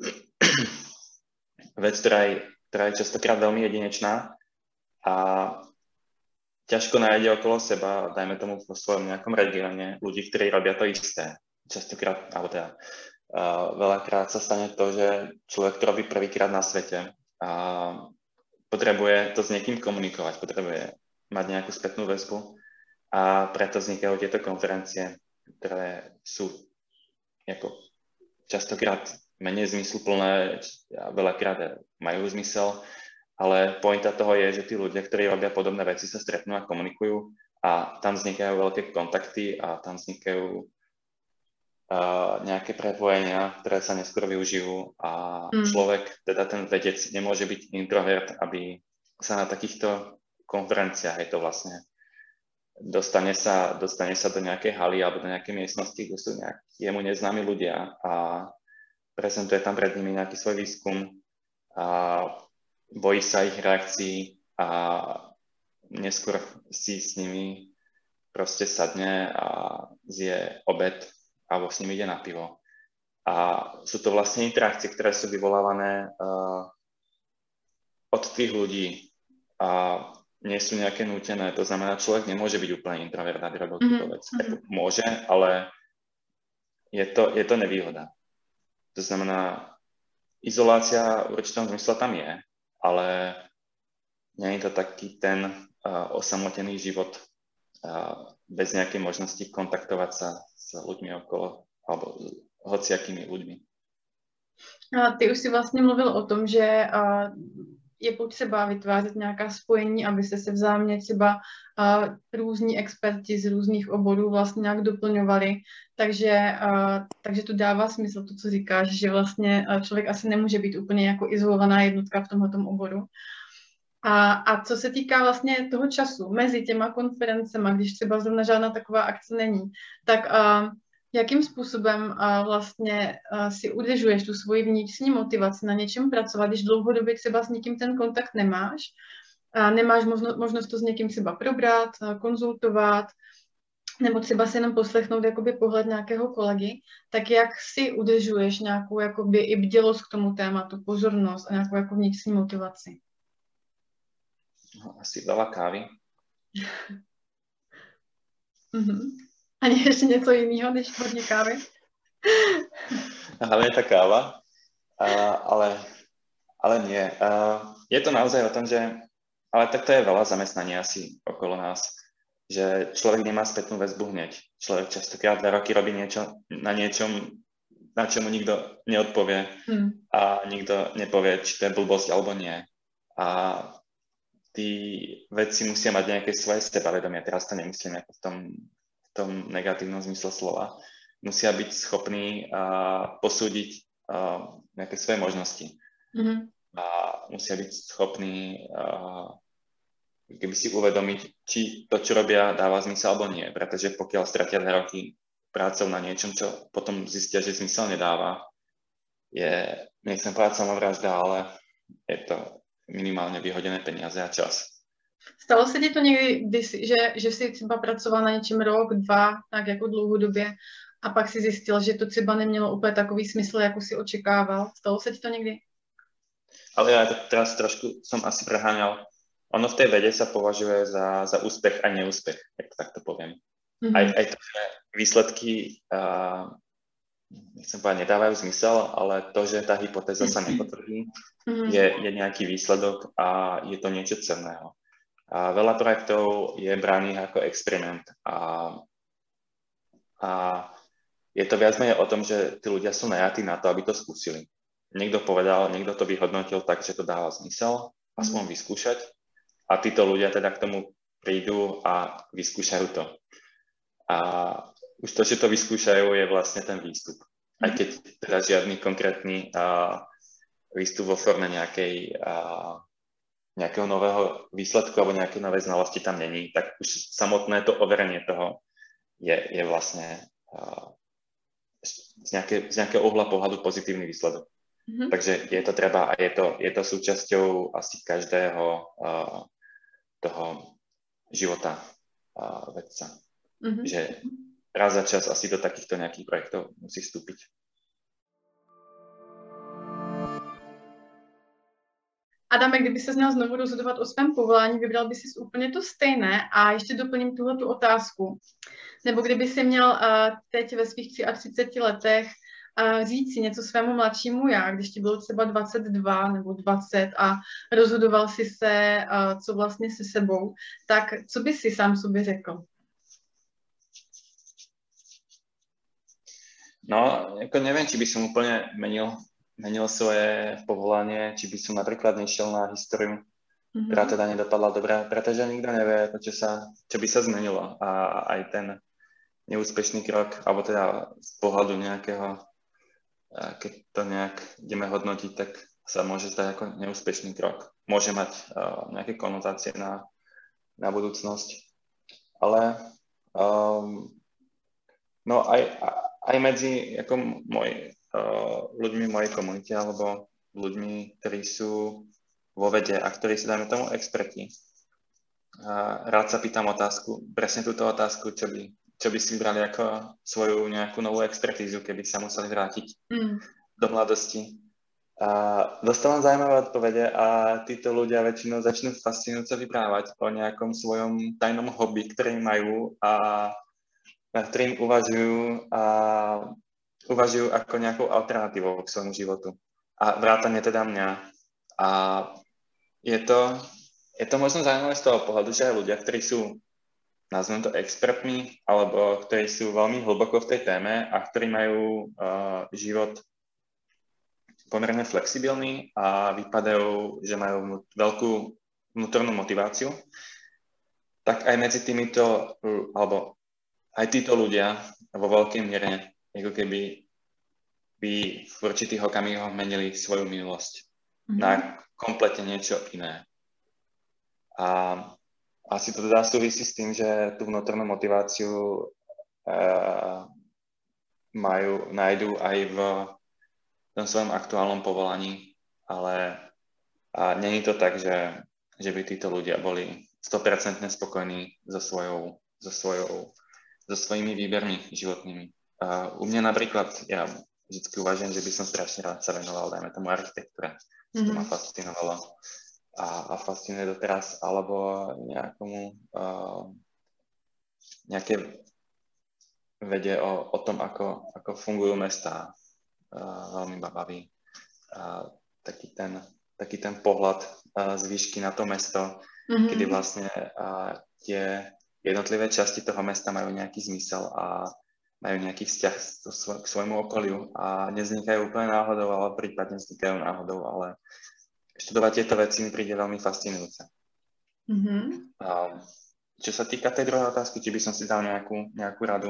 vec, ktorá je, ktorá je častokrát veľmi jedinečná a ťažko nájde okolo seba, dajme tomu vo svojom nejakom regióne, ľudí, ktorí robia to isté. Častokrát, alebo teda uh, veľakrát sa stane to, že človek to robí prvýkrát na svete a potrebuje to s niekým komunikovať, potrebuje mať nejakú spätnú väzbu a preto vznikajú tieto konferencie, ktoré sú ako častokrát menej zmysluplné a veľakrát majú zmysel, ale pointa toho je, že tí ľudia, ktorí robia podobné veci, sa stretnú a komunikujú a tam vznikajú veľké kontakty a tam vznikajú uh, nejaké prepojenia, ktoré sa neskôr využijú a mm. človek, teda ten vedec, nemôže byť introvert, aby sa na takýchto konferenciách, je to vlastne, dostane sa, dostane sa do nejakej haly alebo do nejakej miestnosti, kde sú nejakí jemu neznámi ľudia a prezentuje tam pred nimi nejaký svoj výskum a bojí sa ich reakcií a neskôr si s nimi proste sadne a zje obed alebo s nimi ide na pivo. A sú to vlastne interakcie, ktoré sú vyvolávané uh, od tých ľudí a nie sú nejaké nútené. To znamená, človek nemôže byť úplne introvert, aby robil mm-hmm. túto vec. Mm-hmm. Môže, ale je to, je to nevýhoda. To znamená, izolácia v určitom zmysle tam je, ale nie je to taký ten uh, osamotený život uh, bez nejakej možnosti kontaktovať sa s ľuďmi okolo, alebo hociakými ľuďmi. A ty už si vlastně mluvil o tom, že uh, je potřeba vytvářet nějaká spojení, abyste se vzájemně třeba uh, různí experti z různých oborů vlastně nějak doplňovali. Takže, uh, takže to dává smysl, to, co říkáš, že vlastně uh, člověk asi nemůže být úplně jako izolovaná jednotka v tomhletom oboru. A, a co se týká vlastně toho času mezi těma konferencema, když třeba zrovna žádná taková akce není, tak uh, jakým způsobem uh, vlastně uh, si udržuješ tu svoji vnitřní motivaci na něčem pracovat, když dlouhodobě třeba s někým ten kontakt nemáš, uh, nemáš možno, možnost to s někým třeba probrat, uh, konzultovat, nebo třeba si jenom poslechnout jakoby pohled nějakého kolegy, tak jak si udržuješ nějakou jakoby i bdělost k tomu tématu, pozornost a nějakou jako vnitřní motivaci? No, asi veľa kávy. mm-hmm. Ani ještě něco jiného, než hodně kávy? Hlavne tá káva, uh, ale, ale nie. Uh, je to naozaj o tom, že, ale tak to je veľa zamestnaní asi okolo nás, že človek nemá spätnú väzbu hneď. Človek častokrát dva roky robí niečo na niečom, na čomu nikto neodpovie hmm. a nikto nepovie, či to je blbosť alebo nie. A tí vedci musia mať nejaké svoje sebavedomie, teraz to nemyslím ako v tom, v tom negatívnom zmysle slova, musia byť schopní uh, posúdiť uh, nejaké svoje možnosti. Mm-hmm. A musia byť schopní uh, keby si uvedomiť, či to, čo robia, dáva zmysel alebo nie, pretože pokiaľ stratia dva roky prácou na niečom, čo potom zistia, že zmysel nedáva, je, nechcem povedať samovražda, ale je to minimálně vyhoděné peníze a čas. Stalo se ti to někdy, že, že jsi třeba pracoval na něčem rok, dva, tak jako dlouhodobě a pak si zjistil, že to třeba nemělo úplně takový smysl, jako si očekával? Stalo se ti to někdy? Ale ja teraz trošku som asi preháňal. Ono v tej vede sa považuje za, za úspech a neúspech, tak, tak to poviem. Mm-hmm. Aj, aj to, že výsledky uh, nechcem povedať, nedávajú zmysel, ale to, že tá hypotéza sa nepotvrdí, mm-hmm. je, je nejaký výsledok a je to niečo cenného. A veľa projektov je braných ako experiment a, a je to viac menej o tom, že tí ľudia sú najatí na to, aby to skúsili. Niekto povedal, niekto to vyhodnotil tak, že to dáva zmysel, aspoň mm-hmm. vyskúšať a títo ľudia teda k tomu prídu a vyskúšajú to. A už to, že to vyskúšajú, je vlastne ten výstup. Aj keď teda žiadny konkrétny uh, výstup vo forme nejakej, uh, nejakého nového výsledku alebo nejakej novej znalosti tam není, tak už samotné to overenie toho je, je vlastne uh, z, nejaké, z nejakého uhla pohľadu pozitívny výsledok. Mm-hmm. Takže je to treba a je to, je to súčasťou asi každého uh, toho života. uh, vedca. Mm-hmm. Že raz za čas asi do takýchto nejakých projektov musí vstúpiť. Adame, kdyby se měl znovu rozhodovat o svém povolání, vybral by si úplně to stejné a ještě doplním tuhle tu otázku. Nebo kdyby si měl uh, teď ve svých třiceti tří letech uh, říct si něco svému mladšímu já, když ti bylo třeba dvacet dva nebo dvacet a rozhodoval si se, uh, co vlastně se sebou, tak co by si sám sobě řekl? No, jako neviem, či by som úplne menil, menil svoje povolanie, či by som napríklad nešiel na históriu, mm-hmm. ktorá teda nedopadla dobre, pretože nikto nevie, to, čo, sa, čo by sa zmenilo. A aj ten neúspešný krok, alebo teda z pohľadu nejakého, keď to nejak ideme hodnotiť, tak sa môže zdať ako neúspešný krok. Môže mať uh, nejaké konotácie na, na budúcnosť. Ale um, no aj, aj medzi ako môj, uh, ľuďmi v mojej komunite alebo ľuďmi, ktorí sú vo vede a ktorí sú, dajme tomu, experti. Uh, rád sa pýtam otázku, presne túto otázku, čo by, čo by si brali ako svoju nejakú novú expertízu, keby sa museli vrátiť mm. do mladosti. Uh, dostávam zaujímavé odpovede a títo ľudia väčšinou začnú fascinujúco vyprávať o nejakom svojom tajnom hobby, ktorý majú a na ktorým uvažujú a uvažujú ako nejakou alternatívou k svojmu životu. A vrátane teda mňa. A je to, je to možno zaujímavé z toho pohľadu, že aj ľudia, ktorí sú, nazvem to, expertmi, alebo ktorí sú veľmi hlboko v tej téme a ktorí majú uh, život pomerne flexibilný a vypadajú, že majú veľkú vnútornú motiváciu, tak aj medzi týmito, alebo aj títo ľudia vo veľkej miere ako keby by v určitých okamihoch menili svoju minulosť mm-hmm. na kompletne niečo iné. A asi to teda súvisí s tým, že tú vnútornú motiváciu uh, majú, nájdú aj v tom svojom aktuálnom povolaní, ale a není to tak, že, že by títo ľudia boli sto percent spokojní so svojou, so svojou so svojimi výbermi životnými. Uh, u mňa napríklad, ja vždy uvažujem, že by som strašne rád sa venoval, dajme tomu, architektúre, mm-hmm. to ma fascinovalo a, a fascinuje doteraz, alebo nejakomu, uh, nejaké vede o, o tom, ako, ako fungujú mestá, uh, veľmi ma baví. Uh, taký, ten, taký ten pohľad uh, z výšky na to mesto, mm-hmm. kedy vlastne uh, tie jednotlivé časti toho mesta majú nejaký zmysel a majú nejaký vzťah k svojmu okoliu a nevznikajú úplne náhodou, ale prípadne vznikajú náhodou, ale študovať tieto veci mi príde veľmi fascinujúce. Mm-hmm. A čo sa týka tej druhej otázky, či by som si dal nejakú, nejakú radu.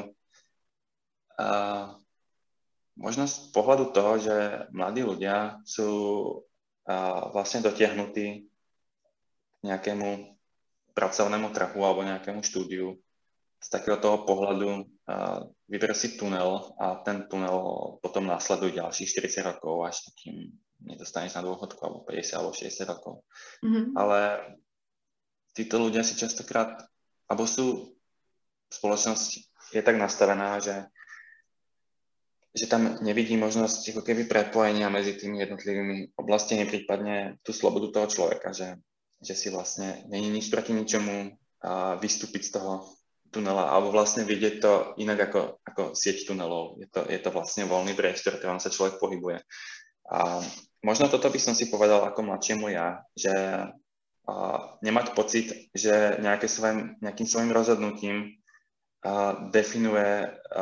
A možno z pohľadu toho, že mladí ľudia sú a, vlastne dotiahnutí k nejakému pracovnému trhu alebo nejakému štúdiu. Z takého toho pohľadu uh, vyber si tunel a ten tunel potom následuje ďalších štyridsať rokov, až takým nedostaneš na dôchodku alebo päťdesiat alebo šesťdesiat rokov. Mm-hmm. Ale títo ľudia si častokrát, alebo sú, spoločnosť je tak nastavená, že, že tam nevidí možnosť ako keby prepojenia medzi tými jednotlivými oblastiami, prípadne tú slobodu toho človeka, že že si vlastne není nič proti ničomu a vystúpiť z toho tunela alebo vlastne vidieť to inak ako, ako sieť tunelov. Je to, je to vlastne voľný priestor, ktorom sa človek pohybuje. A možno toto by som si povedal ako mladšiemu ja, že a, nemať pocit, že nejaké svojim, nejakým svojim rozhodnutím a, definuje a,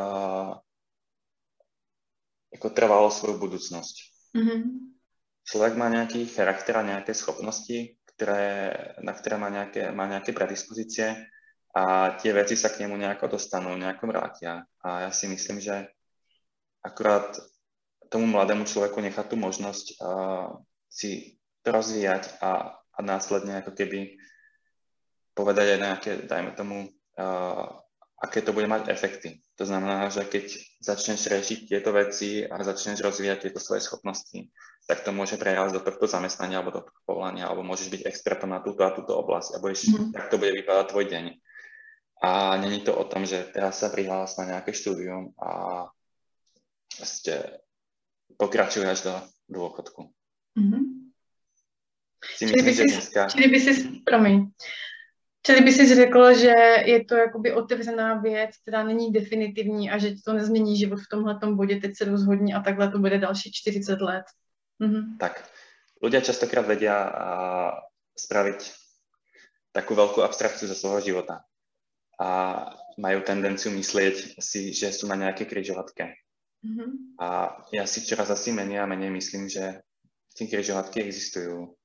ako trvalo svoju budúcnosť. Mm-hmm. Človek má nejaký charakter a nejaké schopnosti, Ktoré, na ktoré má nejaké, má nejaké predispozície a tie veci sa k nemu nejako dostanú, nejako vrátia. A ja si myslím, že akurát tomu mladému človeku nechať tú možnosť uh, si to rozvíjať a, a následne ako keby povedať aj nejaké, dajme tomu, uh, aké to bude mať efekty. To znamená, že keď začneš riešiť tieto veci a začneš rozvíjať tieto svoje schopnosti, tak to môže prejsť do tohto zamestnania alebo do tohto povolania, alebo môžeš byť expertom na túto a túto oblasť, alebo ešte, mm. tak to bude vypadať tvoj deň. A není to o tom, že teraz sa prihlás na nejaké štúdium a vlastne pokračuje až do dôchodku. Mm-hmm. Si čili, myslím, by že si, dneska... čili by si, promiň, čili by si řekl, že je to jakoby otevřená věc, která není definitivní a že to nezmění život v tomhletom bodě, teď se rozhodni a takhle to bude další čtyřicet let. Mm-hmm. Tak, ľudia častokrát vedia a, spraviť takú veľkú abstrakciu zo svojho života a majú tendenciu myslieť si, že sú na nejaké križovatke. Mm-hmm. A ja si čoraz asi menej a menej myslím, že tie križovatky existujú.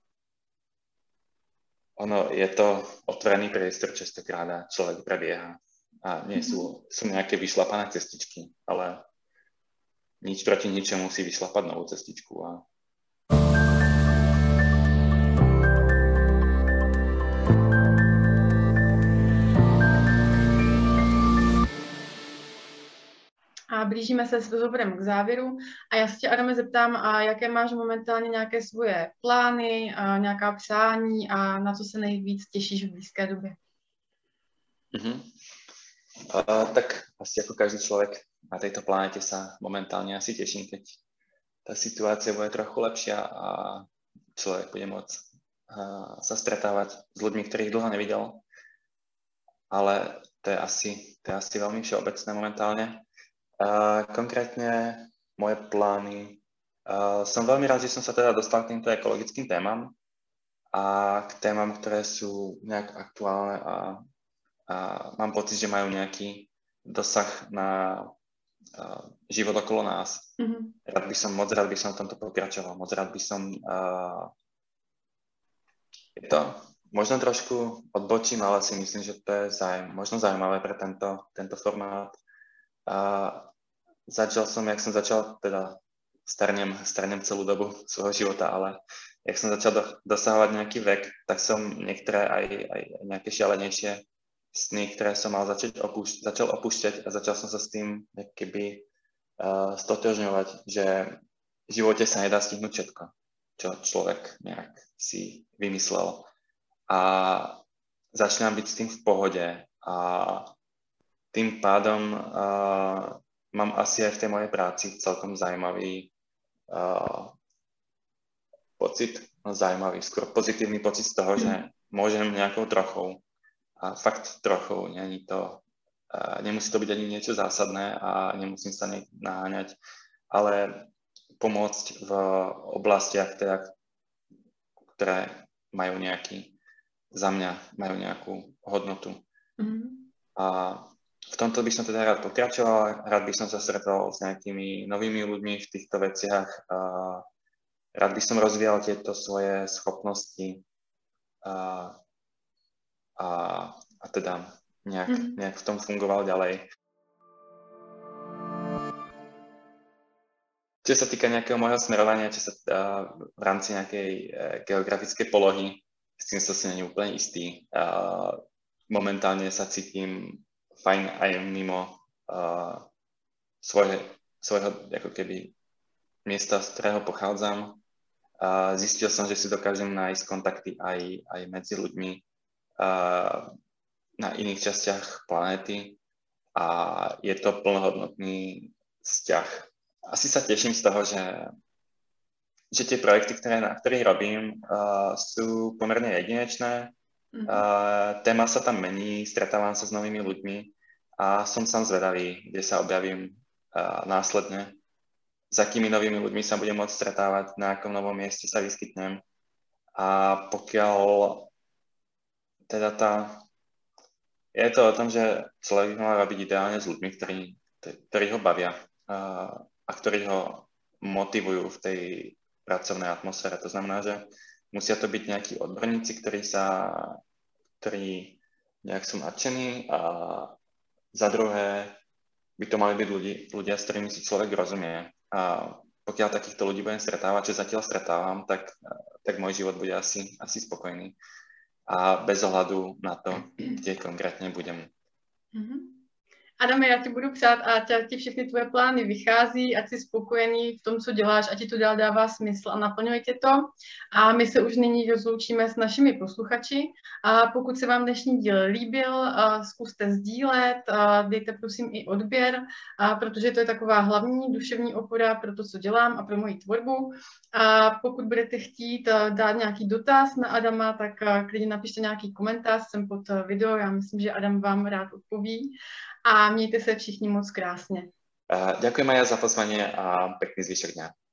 Ono je to otvorený priestor častokrát a človek prebieha. A nie sú, sú nejaké vyšlapané cestičky, ale nič proti ničemu si vyšlapať novú cestičku. A A blížíme se s rozhovorem k závěru a já se tě, Adame, zeptám, a jaké máš momentálně nějaké svoje plány, a nějaká přání a na co se nejvíc těšíš v blízké době? Uh-huh. Uh, tak asi ako každý človek na tejto planete sa momentálne asi teším, keď tá situácia bude trochu lepšia a človek bude môcť uh, sa stretávať s ľuďmi, ktorých dlho nevidel. Ale to je asi, to je asi veľmi všeobecné momentálne. Uh, konkrétne moje plány. Uh, som veľmi rád, že som sa teda dostal k týmto ekologickým témam a k témam, ktoré sú nejak aktuálne a, a mám pocit, že majú nejaký dosah na uh, život okolo nás. Mm-hmm. Rád by som, moc rád by som v tomto pokračoval, moc rád by som... Uh, je to možno trošku odbočím, ale si myslím, že to je zájem, možno zaujímavé pre tento, tento formát. A začal som, jak som začal, teda starnem, starnem celú dobu svojho života, ale jak som začal do, dosahovať nejaký vek, tak som niektoré aj, aj nejaké šialenejšie sny, ktoré som mal začať opúšť, začal opúšťať a začal som sa s tým keby uh, stotožňovať, že v živote sa nedá stihnúť všetko, čo človek nejak si vymyslel. A začínam byť s tým v pohode a tým pádom uh, mám asi aj v tej mojej práci celkom zaujímavý uh, pocit, no zaujímavý, skôr pozitívny pocit z toho, mm. že môžem nejakou trochou, a fakt trochou, není to, uh, nemusí to byť ani niečo zásadné a nemusím sa ne- naháňať, ale pomôcť v oblastiach, teda, ktoré majú nejaký, za mňa majú nejakú hodnotu. Mm. A v tomto by som teda rád pokračoval, rád by som sa stretol s nejakými novými ľuďmi v týchto veciach. A rád by som rozvíjal tieto svoje schopnosti a, a, a teda nejak, mm. nejak v tom fungoval ďalej. Čo sa týka nejakého môjho smerovania, čo sa a, v rámci nejakej e, geografickej polohy, s tým som si není úplne istý. A, momentálne sa cítim fajn aj mimo uh, svoje, svojho ako keby miesta, z ktorého pochádzam. Uh, zistil som, že si dokážem nájsť kontakty aj, aj medzi ľuďmi uh, na iných častiach planéty a je to plnohodnotný vzťah. Asi sa teším z toho, že, že tie projekty, ktoré, na ktorých robím, uh, sú pomerne jedinečné. Uh, téma sa tam mení, stretávam sa s novými ľuďmi a som sám zvedavý, kde sa objavím uh, následne, s akými novými ľuďmi sa budem môcť stretávať, na akom novom mieste sa vyskytnem. A pokiaľ teda tá... Je to o tom, že človek by mal robiť ideálne s ľuďmi, ktorí, ktorí ho bavia uh, a ktorí ho motivujú v tej pracovnej atmosfére. To znamená, že musia to byť nejakí odborníci, ktorí sa, ktorí nejak sú nadšení a za druhé by to mali byť ľudí, ľudia, s ktorými si človek rozumie. A pokiaľ takýchto ľudí budem stretávať, čo zatiaľ stretávam, tak, tak môj život bude asi, asi spokojný. A bez ohľadu na to, kde konkrétne budem. Mm-hmm. Adame, já ti budu přát a ať ti všechny tvoje plány vychází, ať jsi spokojený v tom, co děláš, ať ti to dál dává smysl a naplňuje tě to. A my se už nyní rozloučíme s našimi posluchači. A pokud se vám dnešní díl líbil, zkuste sdílet, dejte prosím i odběr, protože to je taková hlavní duševní opora pro to, co dělám a pro moji tvorbu. A pokud budete chtít dát nějaký dotaz na Adama, tak klidně napište nějaký komentář sem pod video. Já myslím, že Adam vám rád odpoví. A mějte se všichni moc krásně. Ďakujem aj ja za pozvanie a pekný zvyšok dňa.